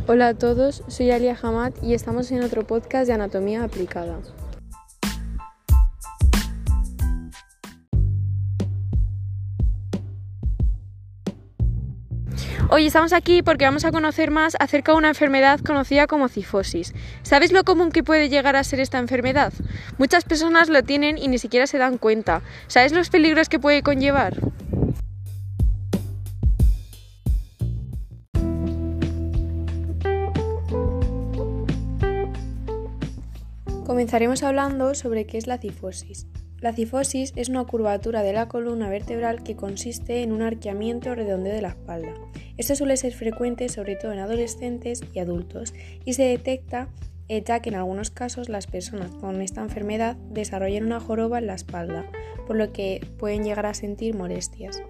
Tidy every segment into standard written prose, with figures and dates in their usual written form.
Hola a todos, soy Alia Hamad y estamos en otro podcast de Anatomía Aplicada. Hoy estamos aquí porque vamos a conocer más acerca de una enfermedad conocida como cifosis. ¿Sabéis lo común que puede llegar a ser esta enfermedad? Muchas personas lo tienen y ni siquiera se dan cuenta. ¿Sabéis los peligros que puede conllevar? Comenzaremos hablando sobre qué es la cifosis. La cifosis es una curvatura de la columna vertebral que consiste en un arqueamiento o redondeo de la espalda. Esto suele ser frecuente sobre todo en adolescentes y adultos y se detecta ya que en algunos casos las personas con esta enfermedad desarrollan una joroba en la espalda, por lo que pueden llegar a sentir molestias.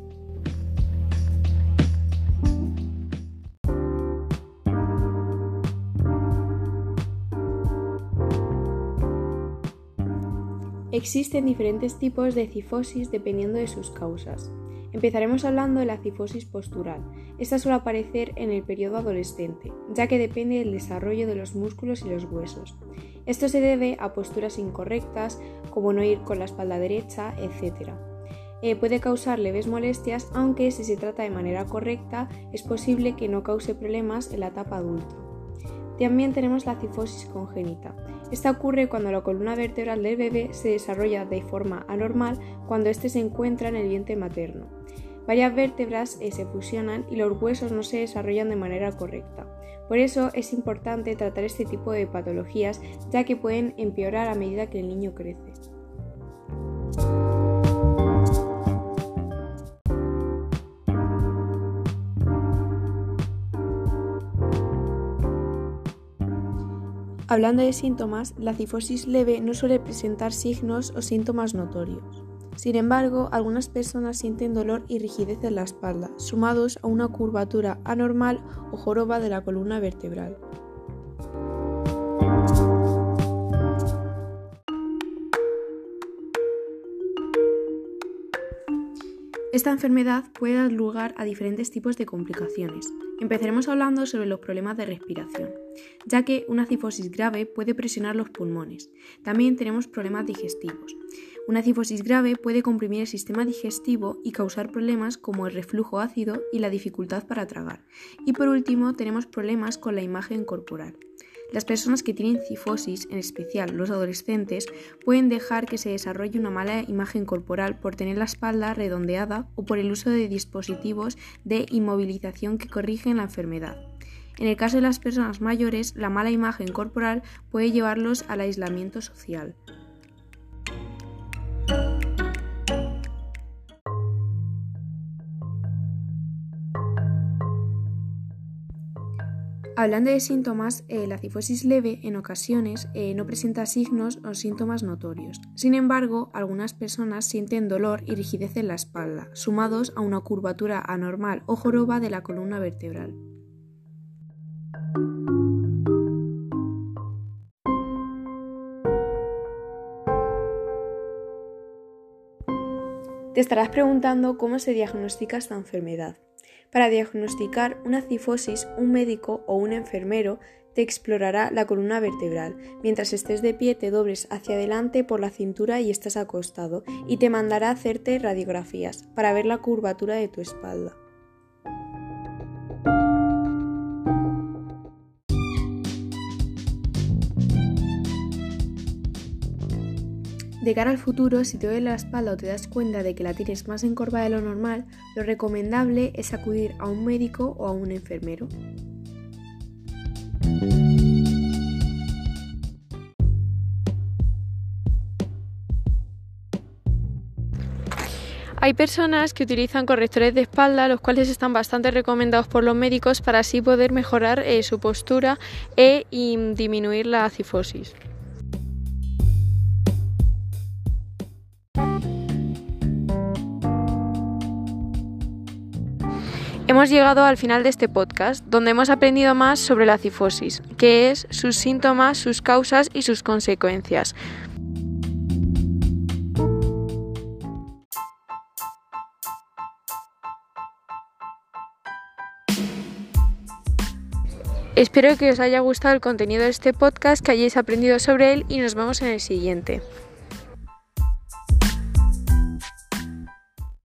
Existen diferentes tipos de cifosis dependiendo de sus causas. Empezaremos hablando de la cifosis postural. Esta suele aparecer en el periodo adolescente, ya que depende del desarrollo de los músculos y los huesos. Esto se debe a posturas incorrectas, como no ir con la espalda derecha, etc. Puede causar leves molestias, aunque si se trata de manera correcta, es posible que no cause problemas en la etapa adulta. También tenemos la cifosis congénita. Esta ocurre cuando la columna vertebral del bebé se desarrolla de forma anormal cuando éste se encuentra en el vientre materno. Varias vértebras se fusionan y los huesos no se desarrollan de manera correcta. Por eso es importante tratar este tipo de patologías, ya que pueden empeorar a medida que el niño crece. Hablando de síntomas, la cifosis leve no suele presentar signos o síntomas notorios. Sin embargo, algunas personas sienten dolor y rigidez en la espalda, sumados a una curvatura anormal o joroba de la columna vertebral. Esta enfermedad puede dar lugar a diferentes tipos de complicaciones. Empezaremos hablando sobre los problemas de respiración, ya que una cifosis grave puede presionar los pulmones. También tenemos problemas digestivos. Una cifosis grave puede comprimir el sistema digestivo y causar problemas como el reflujo ácido y la dificultad para tragar. Y por último, tenemos problemas con la imagen corporal. Las personas que tienen cifosis, en especial los adolescentes, pueden dejar que se desarrolle una mala imagen corporal por tener la espalda redondeada o por el uso de dispositivos de inmovilización que corrigen la enfermedad. En el caso de las personas mayores, la mala imagen corporal puede llevarlos al aislamiento social. Hablando de síntomas, la cifosis leve en ocasiones no presenta signos o síntomas notorios. Sin embargo, algunas personas sienten dolor y rigidez en la espalda, sumados a una curvatura anormal o joroba de la columna vertebral. Te estarás preguntando cómo se diagnostica esta enfermedad. Para diagnosticar una cifosis, un médico o un enfermero te explorará la columna vertebral. Mientras estés de pie, te dobles hacia adelante por la cintura y estás acostado, y te mandará a hacerte radiografías para ver la curvatura de tu espalda. De cara al futuro, si te duele la espalda o te das cuenta de que la tienes más encorvada de lo normal, lo recomendable es acudir a un médico o a un enfermero. Hay personas que utilizan correctores de espalda, los cuales están bastante recomendados por los médicos para así poder mejorar su postura y disminuir la cifosis. Hemos llegado al final de este podcast, donde hemos aprendido más sobre la cifosis, qué es, sus síntomas, sus causas y sus consecuencias. Espero que os haya gustado el contenido de este podcast, que hayáis aprendido sobre él y nos vemos en el siguiente.